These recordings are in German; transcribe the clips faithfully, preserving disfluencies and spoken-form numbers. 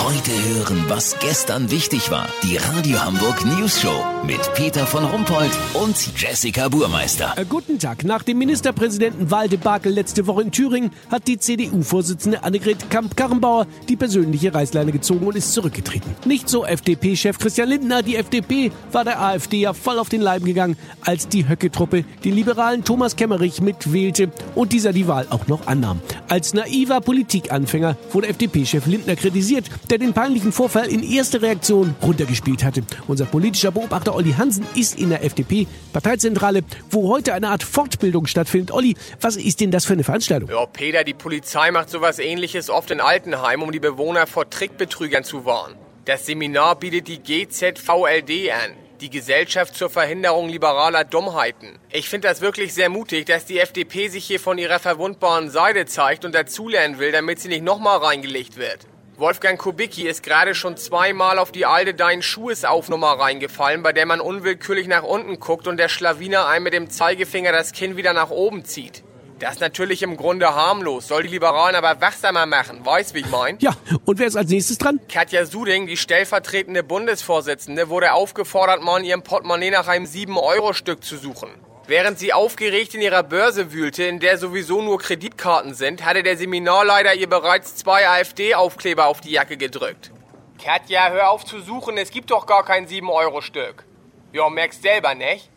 Heute hören, was gestern wichtig war. Die Radio Hamburg News Show mit Peter von Rumpold und Jessica Burmeister. Äh, guten Tag. Nach dem Ministerpräsidenten-Wahldebakel letzte Woche in Thüringen hat die C D U-Vorsitzende Annegret Kramp-Karrenbauer die persönliche Reißleine gezogen und ist zurückgetreten. Nicht so F D P-Chef Christian Lindner. Die F D P war der AfD ja voll auf den Leim gegangen, als die Höcke-Truppe den liberalen Thomas Kemmerich mitwählte und dieser die Wahl auch noch annahm. Als naiver Politikanfänger wurde F D P-Chef Lindner kritisiert, der den peinlichen Vorfall in erster Reaktion runtergespielt hatte. Unser politischer Beobachter Olli Hansen ist in der F D P-Parteizentrale, wo heute eine Art Fortbildung stattfindet. Olli, was ist denn das für eine Veranstaltung? Ja, Peter, die Polizei macht sowas Ähnliches oft in Altenheimen, um die Bewohner vor Trickbetrügern zu warnen. Das Seminar bietet die G Z V L D an, die Gesellschaft zur Verhinderung liberaler Dummheiten. Ich finde das wirklich sehr mutig, dass die F D P sich hier von ihrer verwundbaren Seite zeigt und dazulernen will, damit sie nicht nochmal reingelegt wird. Wolfgang Kubicki ist gerade schon zweimal auf die alte Dein-Schuhes-Aufnummer reingefallen, bei der man unwillkürlich nach unten guckt und der Schlawiner einem mit dem Zeigefinger das Kinn wieder nach oben zieht. Das ist natürlich im Grunde harmlos, soll die Liberalen aber wachsamer machen, weißt wie ich mein? Ja, und wer ist als nächstes dran? Katja Suding, die stellvertretende Bundesvorsitzende, wurde aufgefordert, mal in ihrem Portemonnaie nach einem sieben Euro Stück zu suchen. Während sie aufgeregt in ihrer Börse wühlte, in der sowieso nur Kreditkarten sind, hatte der Seminarleiter ihr bereits zwei AfD-Aufkleber auf die Jacke gedrückt. Katja, hör auf zu suchen, es gibt doch gar kein sieben Euro Stück. Ja, merkst selber, nicht?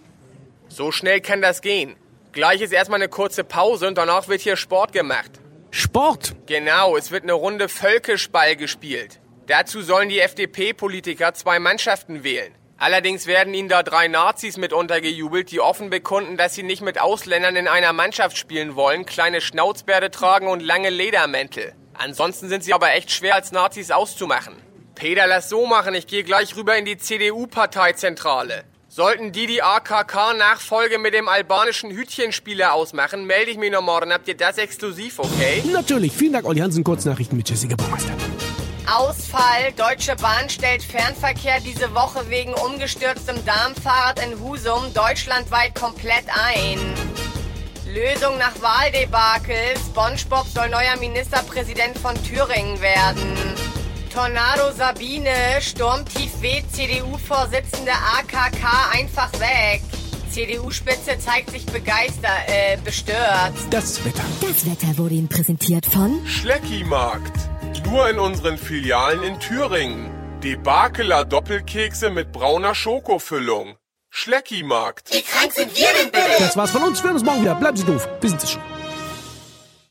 So schnell kann das gehen. Gleich ist erstmal eine kurze Pause und danach wird hier Sport gemacht. Sport? Genau, es wird eine Runde Völkischball gespielt. Dazu sollen die F D P-Politiker zwei Mannschaften wählen. Allerdings werden ihnen da drei Nazis mit untergejubelt, die offen bekunden, dass sie nicht mit Ausländern in einer Mannschaft spielen wollen, kleine Schnauzbärte tragen und lange Ledermäntel. Ansonsten sind sie aber echt schwer als Nazis auszumachen. Peter, lass so machen, ich gehe gleich rüber in die C D U-Parteizentrale. Sollten die die A K K-Nachfolge mit dem albanischen Hütchenspieler ausmachen, melde ich mich noch morgen. Habt ihr das exklusiv, okay? Natürlich. Vielen Dank, Olli Hansen. Kurznachrichten mit Jessica Burmeister. Ausfall. Deutsche Bahn stellt Fernverkehr diese Woche wegen umgestürztem Darmfahrrad in Husum deutschlandweit komplett ein. Lösung nach Wahldebakel. SpongeBob soll neuer Ministerpräsident von Thüringen werden. Tornado Sabine, Sturmtief weht C D U-Vorsitzende A K K einfach weg. C D U-Spitze zeigt sich begeistert, äh, bestürzt. Das Wetter. Das Wetter wurde Ihnen präsentiert von Schleckimarkt. Nur in unseren Filialen in Thüringen. Debakeler Doppelkekse mit brauner Schokofüllung. Schleckimarkt. Wie krank sind wir denn bitte? Das war's von uns. Wir hören uns morgen wieder. Bleiben Sie doof. Wir sind es schon.